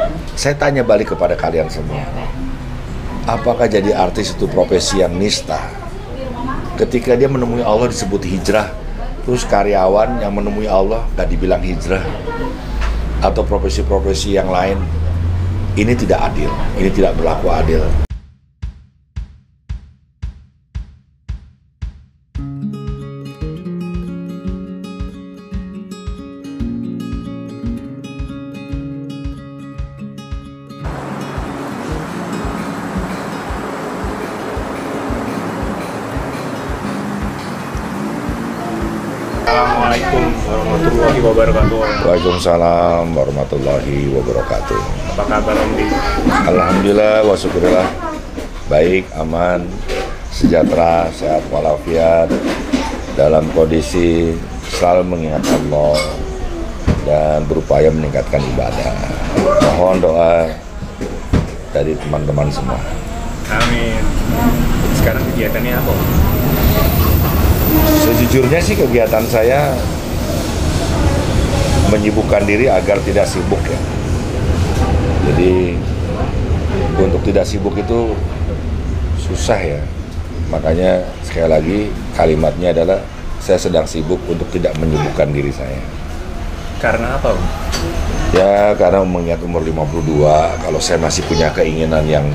Saya tanya balik kepada kalian semua, apakah jadi artis itu profesi yang nista? Ketika dia menemui Allah disebut hijrah, terus karyawan yang menemui Allah gak dibilang hijrah, atau profesi-profesi yang lain, ini tidak adil, ini tidak berlaku adil. Assalamualaikum warahmatullahi wabarakatuh. Waalaikumsalam warahmatullahi wabarakatuh. Apa kabar Om Di? Alhamdulillah wa syukurillah. Baik, aman, sejahtera, sehat walafiat, dalam kondisi selalu mengingat Allah dan berupaya meningkatkan ibadah. Mohon doa dari teman-teman semua. Amin. Sekarang kegiatannya apa? Sejujurnya sih kegiatan saya menyibukkan diri agar tidak sibuk ya. Jadi untuk tidak sibuk itu susah ya. Makanya sekali lagi kalimatnya adalah saya sedang sibuk untuk tidak menyibukkan diri saya. Karena apa, Om? Ya karena mengingat umur 52, kalau saya masih punya keinginan yang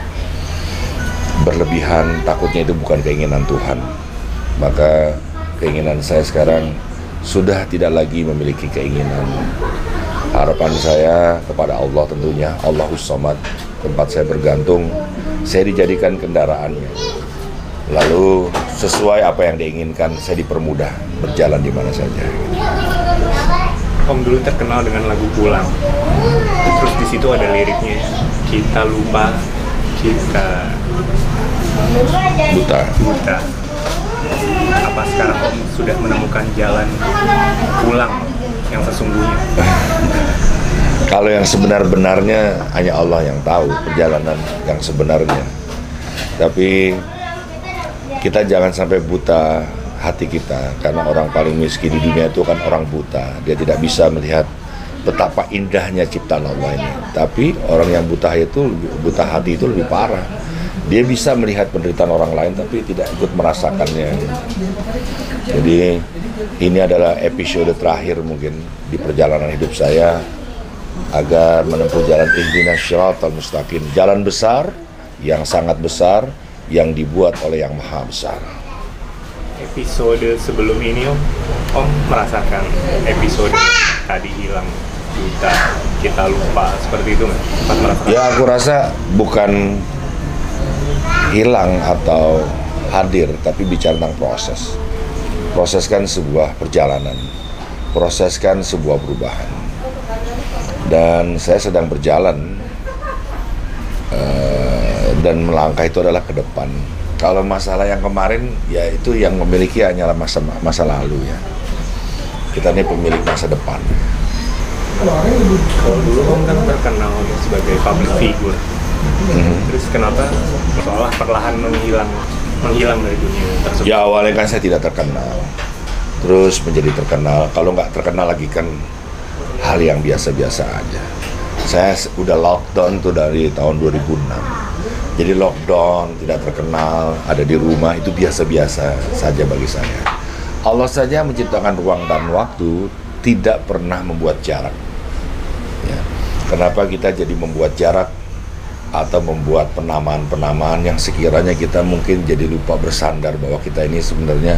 berlebihan, takutnya itu bukan keinginan Tuhan. Maka keinginan saya sekarang sudah tidak lagi memiliki keinginan. Harapan saya kepada Allah tentunya, Allahus Samad, tempat saya bergantung, saya dijadikan kendaraannya. Lalu sesuai apa yang diinginkan, saya dipermudah berjalan di mana saja. Om dulu terkenal dengan lagu Pulang. Terus di situ ada liriknya, kita lupa, kita buta. Apa sekarang Om sudah menemukan jalan pulang yang sesungguhnya? Kalau yang sebenar-benarnya hanya Allah yang tahu perjalanan yang sebenarnya. Tapi kita jangan sampai buta hati kita, karena orang paling miskin di dunia itu kan orang buta. Dia tidak bisa melihat betapa indahnya ciptaan Allah ini. Tapi orang yang buta hati itu lebih parah. Dia bisa melihat penderitaan orang lain tapi tidak ikut merasakannya. Jadi ini adalah episode terakhir mungkin di perjalanan hidup saya agar menempuh jalan ihdinas syiratal mustaqim, jalan besar yang sangat besar yang dibuat oleh yang maha besar. Episode sebelum ini Om merasakan episode tadi hilang, buta, kita lupa, seperti itu nggak? Pas merasakan? Ya aku rasa bukan hilang atau hadir, tapi bicara tentang proses. Proses kan sebuah perjalanan, proses kan sebuah perubahan. Dan saya sedang berjalan dan melangkah itu adalah ke depan. Kalau masalah yang kemarin, ya itu yang memiliki hanyalah masa lalu ya. Kita ini pemilik masa depan. Kalau dulu Om kan terkenal sebagai public figure. Terus kenapa seolah perlahan menghilang dari dunia tersebut? Ya awalnya kan saya tidak terkenal, terus menjadi terkenal. Kalau nggak terkenal lagi kan hal yang biasa-biasa aja. Saya udah lockdown tuh dari tahun 2006. Jadi lockdown, tidak terkenal, ada di rumah, itu biasa-biasa saja bagi saya. Allah saja menciptakan ruang dan waktu, tidak pernah membuat jarak ya. Kenapa kita jadi membuat jarak atau membuat penamaan-penamaan yang sekiranya kita mungkin jadi lupa bersandar bahwa kita ini sebenarnya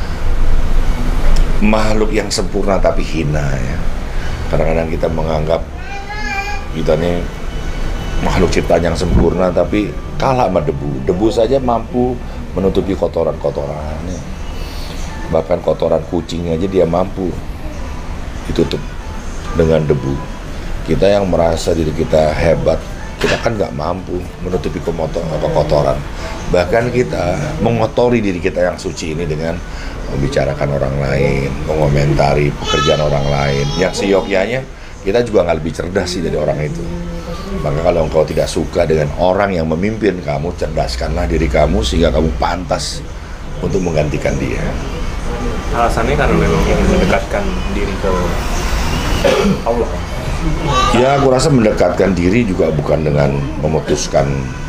makhluk yang sempurna tapi hina ya. Kadang-kadang kita menganggap kita ini makhluk ciptaan yang sempurna tapi kalah sama debu. Debu saja mampu menutupi kotoran-kotoran ya. Bahkan kotoran kucing aja dia mampu ditutup dengan debu. Kita yang merasa diri kita hebat, kita kan nggak mampu menutupi kotoran. Bahkan kita mengotori diri kita yang suci ini dengan membicarakan orang lain, mengomentari pekerjaan orang lain. Yang seyogyanya kita juga nggak lebih cerdas sih dari orang itu. Maka kalau engkau tidak suka dengan orang yang memimpin kamu, cerdaskanlah diri kamu sehingga kamu pantas untuk menggantikan dia. Alasannya karena memang ingin mendekatkan diri ke Allah. Ya, aku rasa mendekatkan diri juga bukan dengan memutuskan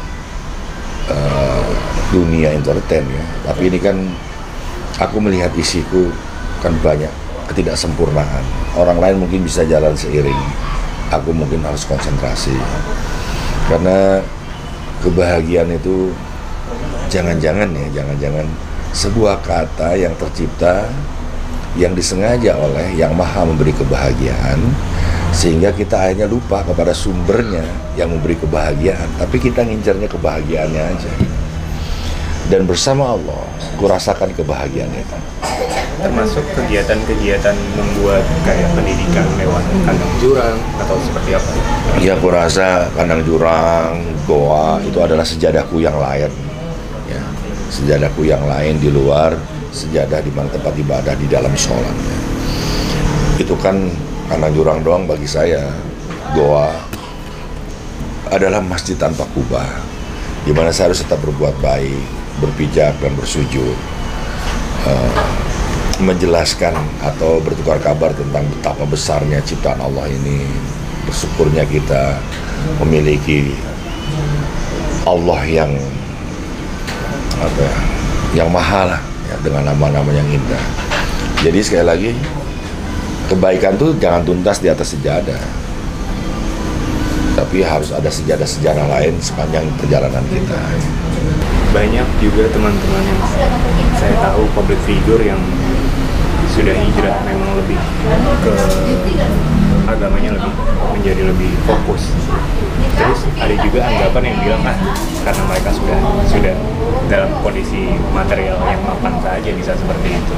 dunia entertain ya. Tapi ini kan aku melihat isiku kan banyak ketidaksempurnaan. Orang lain mungkin bisa jalan seiring, aku mungkin harus konsentrasi. Karena kebahagiaan itu jangan-jangan sebuah kata yang tercipta, yang disengaja oleh Yang Maha memberi kebahagiaan, sehingga kita akhirnya lupa kepada sumbernya yang memberi kebahagiaan, tapi kita ngincarnya kebahagiaannya aja. Dan bersama Allah, aku rasakan kebahagiaan itu. Termasuk kegiatan-kegiatan membuat kayak pendidikan lewat kandang jurang atau seperti apa? Ya, aku rasa kandang jurang, goa itu adalah sejadahku yang lain. Ya, sejadahku yang lain di luar sejadah di mana tempat ibadah di dalam sholat. Ya. Itu kan kandang jurang doang bagi saya. Goa adalah masjid tanpa kubah, di mana saya harus tetap berbuat baik, berpijak dan bersujud, menjelaskan atau bertukar kabar tentang betapa besarnya ciptaan Allah ini, bersyukurnya kita memiliki Allah yang yang mahal ya, dengan nama-nama yang indah. Jadi sekali lagi, kebaikan tuh jangan tuntas di atas sejadah, tapi harus ada sejadah-sejarah lain sepanjang perjalanan kita. Banyak juga teman-teman yang saya tahu public figure yang sudah hijrah, memang lebih ke agamanya, lebih menjadi lebih fokus. Terus ada juga anggapan yang bilang karena mereka sudah dalam kondisi material yang mapan saja bisa seperti itu.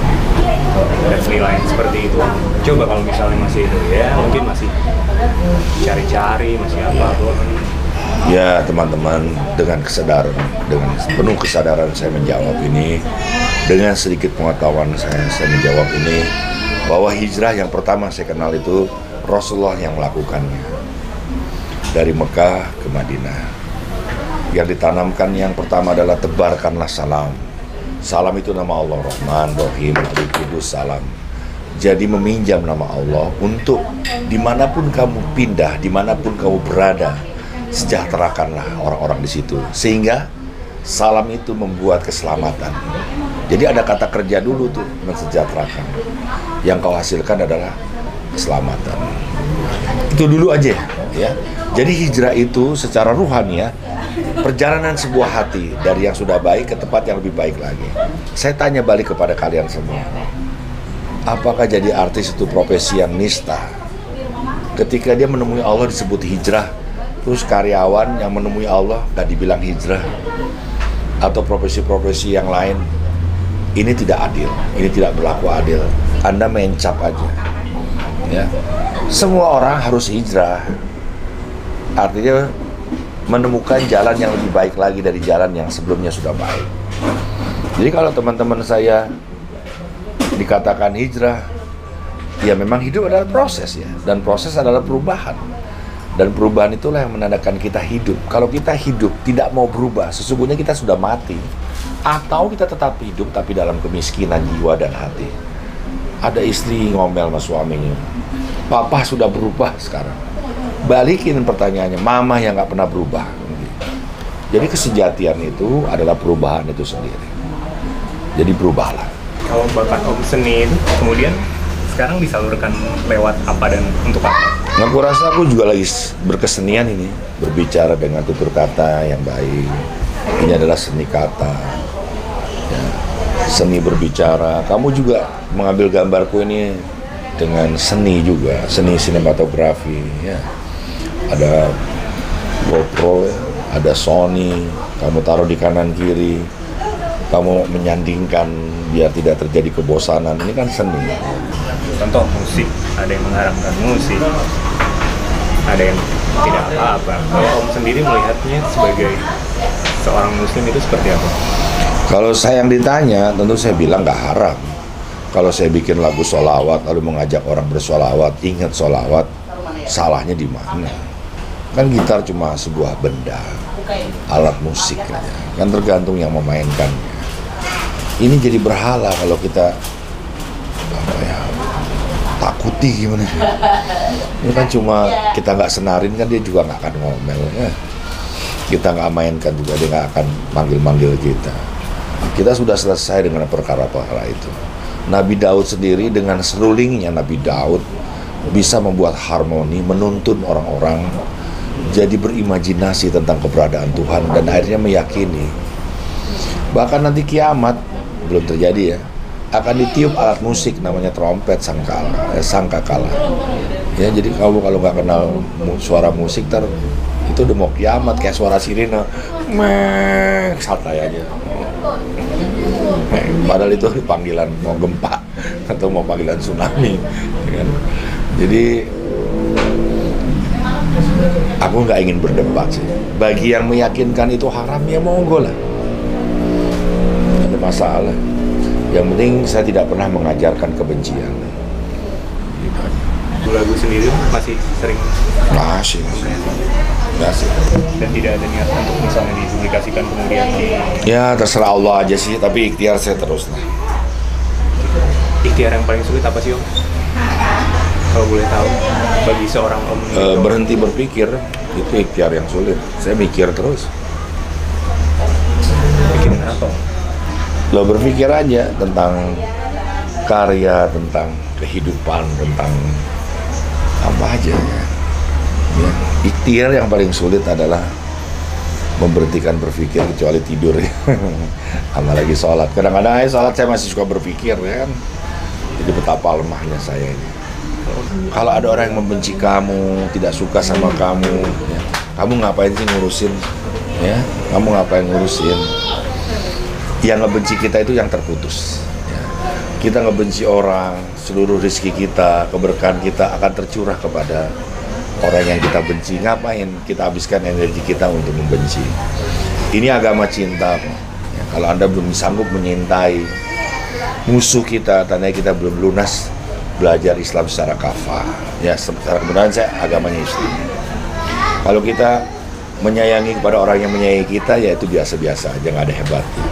Dan penilaian seperti itu, coba kalau misalnya masih ya mungkin masih cari-cari, masih apa tuh. Ya teman-teman, dengan penuh kesadaran saya menjawab ini, dengan sedikit pengetahuan saya menjawab ini, bahwa hijrah yang pertama saya kenal itu Rasulullah yang melakukannya dari Mekah ke Madinah. Yang ditanamkan yang pertama adalah tebarkanlah salam. Salam itu nama Allah, Rahman, Rahim, Malik, Kudus, Salam. Jadi meminjam nama Allah untuk dimanapun kamu pindah, dimanapun kamu berada, sejahterakanlah orang-orang di situ. Sehingga salam itu membuat keselamatan. Jadi ada kata kerja dulu tuh, mensejahterakan. Yang kau hasilkan adalah keselamatan. Itu dulu aja ya. Jadi hijrah itu secara ruhani ya, perjalanan sebuah hati dari yang sudah baik ke tempat yang lebih baik lagi. Saya tanya balik kepada kalian semua, apakah jadi artis itu profesi yang nista? Ketika dia menemui Allah disebut hijrah, terus karyawan yang menemui Allah gak dibilang hijrah? Atau profesi-profesi yang lain? Ini tidak adil, ini tidak berlaku adil. Anda mencap aja ya. Semua orang harus hijrah, artinya menemukan jalan yang lebih baik lagi dari jalan yang sebelumnya sudah baik. Jadi kalau teman-teman saya dikatakan hijrah, ya memang hidup adalah proses ya, dan proses adalah perubahan. Dan perubahan itulah yang menandakan kita hidup. Kalau kita hidup tidak mau berubah, sesungguhnya kita sudah mati. Atau kita tetap hidup tapi dalam kemiskinan jiwa dan hati. Ada istri ngomel sama suaminya, papa sudah berubah sekarang. Balikin pertanyaannya, mama yang gak pernah berubah. Jadi kesejatian itu adalah perubahan itu sendiri. Jadi berubahlah. Kalau bakat Om seni itu kemudian sekarang disalurkan lewat apa dan untuk apa? Aku rasa aku juga lagi berkesenian ini, berbicara dengan tutur kata yang baik. Ini adalah seni kata ya, seni berbicara. Kamu juga mengambil gambarku ini dengan seni juga, seni sinematografi ya. Ada GoPro ya, ada Sony, kamu taruh di kanan kiri, kamu menyandingkan biar tidak terjadi kebosanan. Ini kan seni. Contoh musik, ada yang mengharapkan musik, ada yang tidak apa-apa. Kalau Om sendiri melihatnya sebagai seorang muslim itu seperti apa? Kalau saya yang ditanya, tentu saya bilang nggak haram. Kalau saya bikin lagu sholawat lalu mengajak orang bersholawat, ingat sholawat, salahnya di mana? Kan gitar cuma sebuah benda, alat musik aja. Kan tergantung yang memainkannya. Ini jadi berhala kalau kita takuti gimana? Ini kan cuma kita nggak senarin kan dia juga nggak akan ngomel ya. Kita nggak mainkan juga dia nggak akan manggil-manggil kita. Kita sudah selesai dengan perkara-perkara itu. Nabi Daud sendiri dengan serulingnya Nabi Daud bisa membuat harmoni, menuntun orang-orang jadi berimajinasi tentang keberadaan Tuhan dan akhirnya meyakini. Bahkan nanti kiamat belum terjadi ya, akan ditiup alat musik namanya trompet sangkakala. Ya, jadi kamu kalau nggak kenal suara musik itu udah mau kiamat kayak suara sirine. Santai aja. Padahal itu panggilan mau gempa atau mau panggilan tsunami. Kan? Jadi aku nggak ingin berdebat sih. Bagi yang meyakinkan itu haram ya monggo lah. Tidak ada masalah. Yang penting saya tidak pernah mengajarkan kebencian. Lagu sendiri masih sering? Masih. Dan tidak ada niat untuk misalnya dipublikasikan kemudian Ya terserah Allah aja sih, tapi ikhtiar saya terus lah. Ikhtiar yang paling sulit apa sih Om? Kalau boleh tahu, bagi seorang Om berhenti berpikir, itu ikhtiar yang sulit. Saya mikir terus. Mikirin apa Om? Lo berpikir aja tentang karya, tentang kehidupan, tentang apa aja ya. Ikhtiar yang paling sulit adalah memberhentikan berpikir kecuali tidur ya. Sama lagi sholat. Kadang-kadang sholat saya masih suka berpikir ya kan. Jadi betapa lemahnya saya ini. Kalau ada orang yang membenci kamu, tidak suka sama kamu, ya, kamu ngapain sih ngurusin? Ya, kamu ngapain ngurusin? Yang ngebenci kita itu yang terputus. Ya. Kita ngebenci orang, seluruh rezeki kita, keberkahan kita akan tercurah kepada orang yang kita benci. Ngapain kita habiskan energi kita untuk membenci? Ini agama cinta. Ya, kalau Anda belum sanggup menyintai musuh kita, tandanya kita belum lunas belajar Islam secara kafah. Ya, secara kebenaran saya agamanya Islam. Kalau kita menyayangi kepada orang yang menyayangi kita, ya itu biasa-biasa aja, nggak ada hebatnya.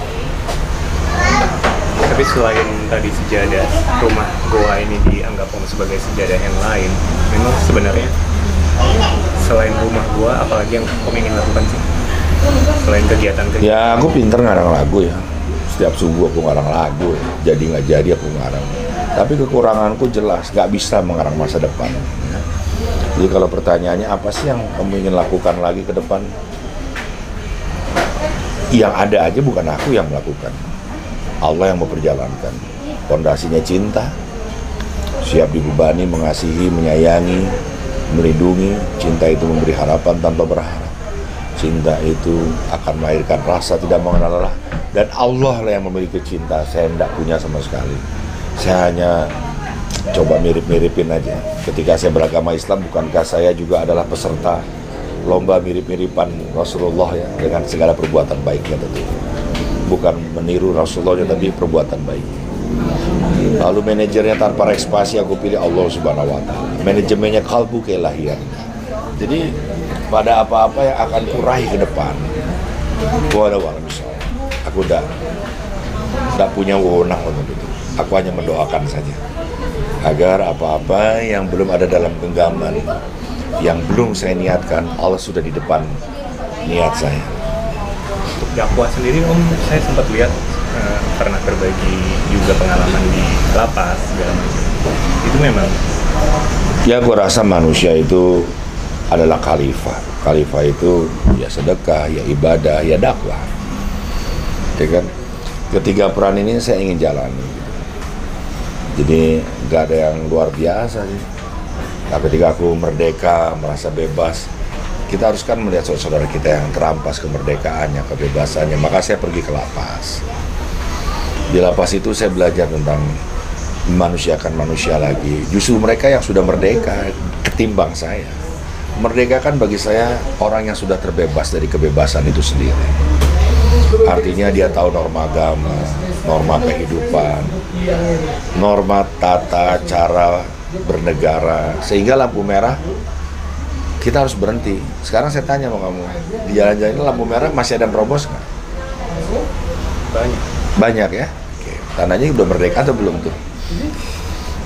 Tapi selain tadi sejadah rumah goa ini dianggap Om sebagai sejadah yang lain, memang sebenarnya selain rumah goa, apalagi yang Om ingin lakukan sih? Selain kegiatan-kegiatan? Ya, aku pinter ngarang lagu ya. Setiap subuh aku ngarang lagu ya. Jadi nggak jadi aku ngarang. Tapi kekuranganku jelas, nggak bisa mengarang masa depan. Ya. Jadi kalau pertanyaannya apa sih yang kamu ingin lakukan lagi ke depan? Yang ada aja bukan aku yang melakukan. Allah yang memperjalankan. Fondasinya cinta, siap dibebani, mengasihi, menyayangi, melindungi. Cinta itu memberi harapan tanpa berharap. Cinta itu akan melahirkan rasa tidak mengenal lelah. Dan Allah lah yang memiliki cinta. Saya tidak punya sama sekali. Saya hanya coba mirip-miripin aja. Ketika saya beragama Islam, bukankah saya juga adalah peserta lomba mirip-miripan Rasulullah ya, dengan segala perbuatan baiknya tentu. Bukan meniru Rasulullah, tapi perbuatan baik. Lalu manajernya tanpa ekspasi aku pilih Allah Subhanahu wa Ta'ala. Manajemennya kalbu kelahiran. Jadi pada apa-apa yang akan kuraih ke depan, aku tidak punya wewenang untuk itu. Aku hanya mendoakan saja agar apa-apa yang belum ada dalam genggaman, yang belum saya niatkan, Allah sudah di depan niat saya. Untuk dakwah sendiri Om, saya sempat lihat pernah berbagi juga pengalaman di lapas segala macam. Itu memang ya, aku rasa manusia itu adalah khalifah. Khalifah itu ya sedekah, ya ibadah, ya dakwah. Ya kan? Ketiga peran ini saya ingin jalani gitu. Jadi nggak ada yang luar biasa sih. Nah, ketika aku merdeka, merasa bebas, kita harus kan melihat saudara kita yang terampas kemerdekaannya, kebebasannya. Maka saya pergi ke lapas. Di lapas itu saya belajar tentang memanusiakan manusia lagi. Justru mereka yang sudah merdeka ketimbang saya. Merdeka kan bagi saya orang yang sudah terbebas dari kebebasan itu sendiri. Artinya dia tahu norma agama, norma kehidupan, norma tata cara bernegara, sehingga lampu merah kita harus berhenti. Sekarang saya tanya sama kamu, di jalan-jalan ini lampu merah masih ada yang terobos nggak? banyak. Banyak ya? Oke. Tandanya udah merdeka atau belum tuh?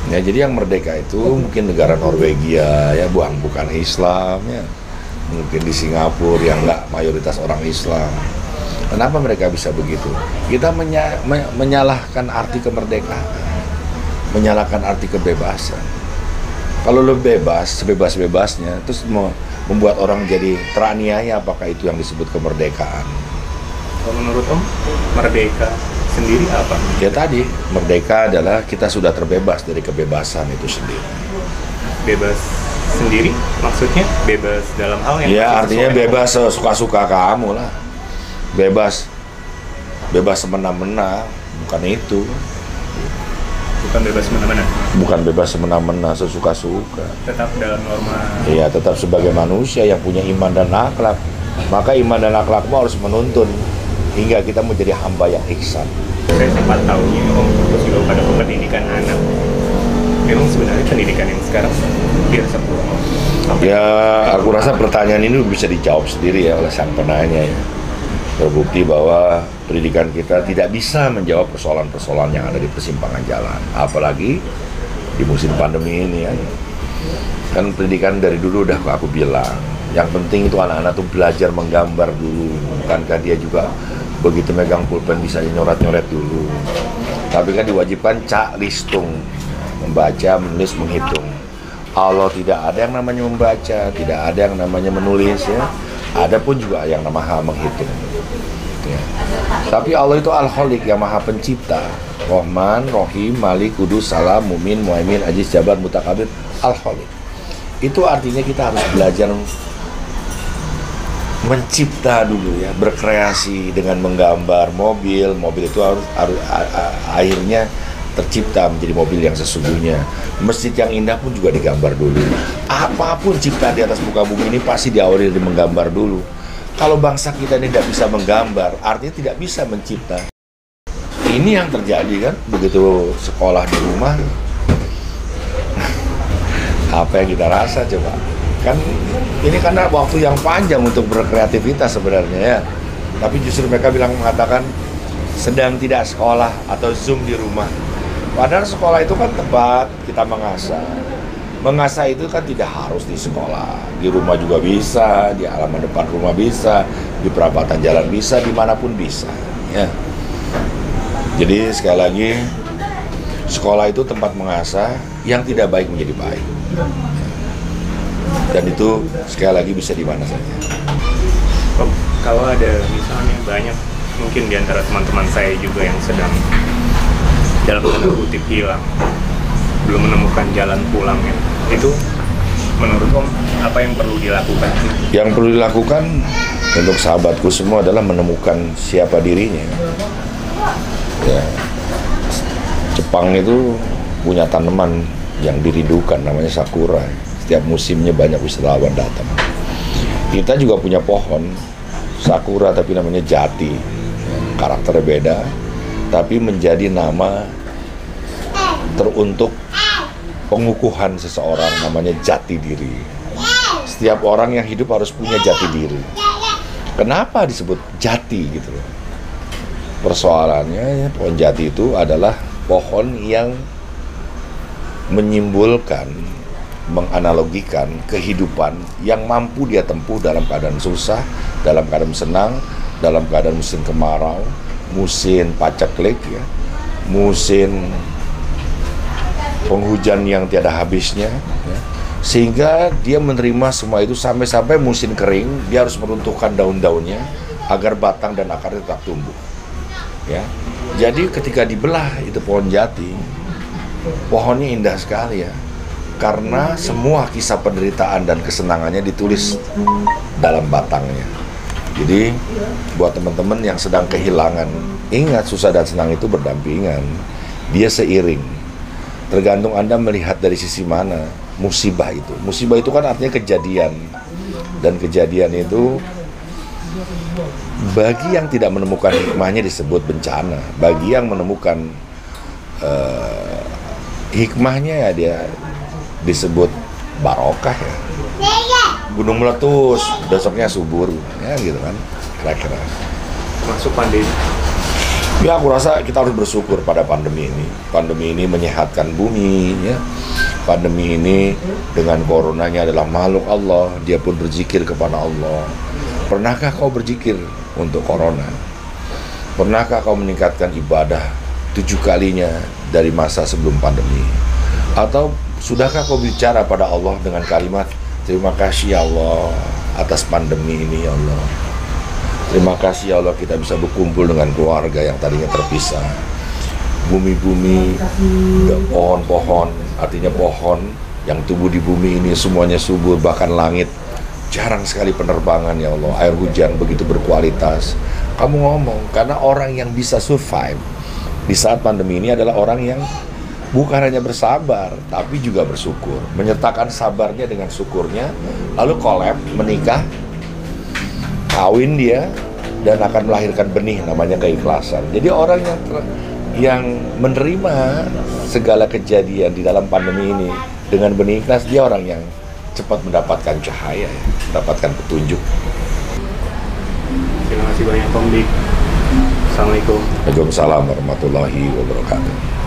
Ya, jadi yang merdeka itu mungkin negara Norwegia ya, bukan Islam ya. Mungkin di Singapura yang nggak mayoritas orang Islam. Kenapa mereka bisa begitu? Kita menyalahkan arti kemerdekaan, menyalahkan arti kebebasan. Kalau lo bebas, sebebas-bebasnya, terus membuat orang jadi teraniaya, apakah itu yang disebut kemerdekaan? Kalau menurut Om, merdeka sendiri apa? Ya tadi, merdeka adalah kita sudah terbebas dari kebebasan itu sendiri. Bebas sendiri? Maksudnya bebas dalam hal yang... Ya artinya bebas suka-suka kamu lah. Bebas semena-mena, bukan itu. Bukan bebas semena-mena? Bukan bebas semena-mena, sesuka-suka. Tetap dalam norma... Iya, tetap sebagai manusia yang punya iman dan akhlak. Maka iman dan akhlakmu harus menuntun hingga kita menjadi hamba yang ihsan. Saya sempat tahunya Om fokus juga pada pendidikan anak. Memang sebenarnya pendidikan yang sekarang biasa kurang. Ya, aku rasa pertanyaan ini bisa dijawab sendiri ya oleh sang penanya ya. Terbukti bahwa pendidikan kita tidak bisa menjawab persoalan-persoalan yang ada di persimpangan jalan. Apalagi di musim pandemi ini ya. Kan pendidikan dari dulu udah aku bilang, yang penting itu anak-anak tuh belajar menggambar dulu. Bukankah dia juga begitu megang pulpen bisa nyoret-nyoret dulu. Tapi kan diwajibkan cak listung, membaca, menulis, menghitung. Allah tidak ada yang namanya membaca, tidak ada yang namanya menulis ya. Ada pun juga yang maha menghitung. Ya. Tapi Allah itu Al-Khaliq yang maha pencipta. Rahman, Rahim, Malik, Kudus, Salam, Mumin, Muhaimin, Aziz, Jabar, Mutakabir, Al-Khaliq. Itu artinya kita harus belajar mencipta dulu ya, berkreasi dengan menggambar mobil itu harus akhirnya tercipta menjadi mobil yang sesungguhnya. Masjid yang indah pun juga digambar dulu. Apapun cipta di atas muka bumi ini pasti diawali dari menggambar dulu. Kalau bangsa kita ini tidak bisa menggambar, artinya tidak bisa mencipta. Ini yang terjadi kan, begitu sekolah di rumah, apa yang kita rasa coba? Kan ini karena waktu yang panjang untuk berkreativitas sebenarnya ya. Tapi justru mereka mengatakan sedang tidak sekolah atau Zoom di rumah. Padahal sekolah itu kan tempat kita mengasah. Mengasah itu kan tidak harus di sekolah. Di rumah juga bisa, di halaman depan rumah bisa, di perapatan jalan bisa, dimanapun bisa. Ya. Jadi sekali lagi, sekolah itu tempat mengasah yang tidak baik menjadi baik. Dan itu sekali lagi bisa di mana saja. Kalau ada misalnya banyak mungkin di antara teman-teman saya juga yang sedang dalam tanda kutip hilang, belum menemukan jalan pulangnya, itu menurut Om apa yang perlu dilakukan? Yang perlu dilakukan untuk sahabatku semua adalah menemukan siapa dirinya. Ya, Jepang itu punya tanaman yang dirindukan namanya sakura. Setiap musimnya banyak wisatawan datang. Kita juga punya pohon sakura tapi namanya jati. Karakternya beda, tapi menjadi nama teruntuk pengukuhan seseorang namanya jati diri. Setiap orang yang hidup harus punya jati diri. Kenapa disebut jati gitu loh? Persoalannya pohon jati itu adalah pohon yang menyimbolkan, menganalogikan kehidupan yang mampu dia tempuh dalam keadaan susah, dalam keadaan senang, dalam keadaan musim kemarau, musim paceklik ya, musim penghujan yang tiada habisnya ya. Sehingga dia menerima semua itu sampai musim kering dia harus meruntuhkan daun-daunnya agar batang dan akarnya tetap tumbuh ya. Jadi ketika dibelah itu pohon jati, pohonnya indah sekali ya, karena semua kisah penderitaan dan kesenangannya ditulis dalam batangnya. Jadi buat teman-teman yang sedang kehilangan, ingat susah dan senang itu berdampingan, dia seiring. Tergantung Anda melihat dari sisi mana musibah itu. Musibah itu kan artinya kejadian, dan kejadian itu bagi yang tidak menemukan hikmahnya disebut bencana. Bagi yang menemukan hikmahnya ya dia disebut barokah ya. Gunung meletus, besoknya subur ya gitu kan, kira-kira. Masuk pandemi. Ya, aku rasa kita harus bersyukur pada pandemi ini. Pandemi ini menyehatkan bumi, ya. Pandemi ini dengan coronanya adalah makhluk Allah, dia pun berzikir kepada Allah. Pernahkah kau berzikir untuk corona? Pernahkah kau meningkatkan ibadah 7 kalinya dari masa sebelum pandemi? Atau sudahkah kau bicara pada Allah dengan kalimat, terima kasih ya Allah atas pandemi ini ya Allah. Terima kasih ya Allah kita bisa berkumpul dengan keluarga yang tadinya terpisah. Bumi-bumi, pohon-pohon, artinya pohon yang tumbuh di bumi ini semuanya subur, bahkan langit. Jarang sekali penerbangan ya Allah, air hujan begitu berkualitas. Kamu ngomong, karena orang yang bisa survive di saat pandemi ini adalah orang yang bukan hanya bersabar, tapi juga bersyukur. Menyertakan sabarnya dengan syukurnya, lalu collab, menikah, kawin dia, dan akan melahirkan benih namanya keikhlasan. Jadi orang yang menerima segala kejadian di dalam pandemi ini dengan benih ikhlas, dia orang yang cepat mendapatkan cahaya, mendapatkan petunjuk. Terima kasih banyak Om Dik. Assalamualaikum. Waalaikumsalam warahmatullahi wabarakatuh.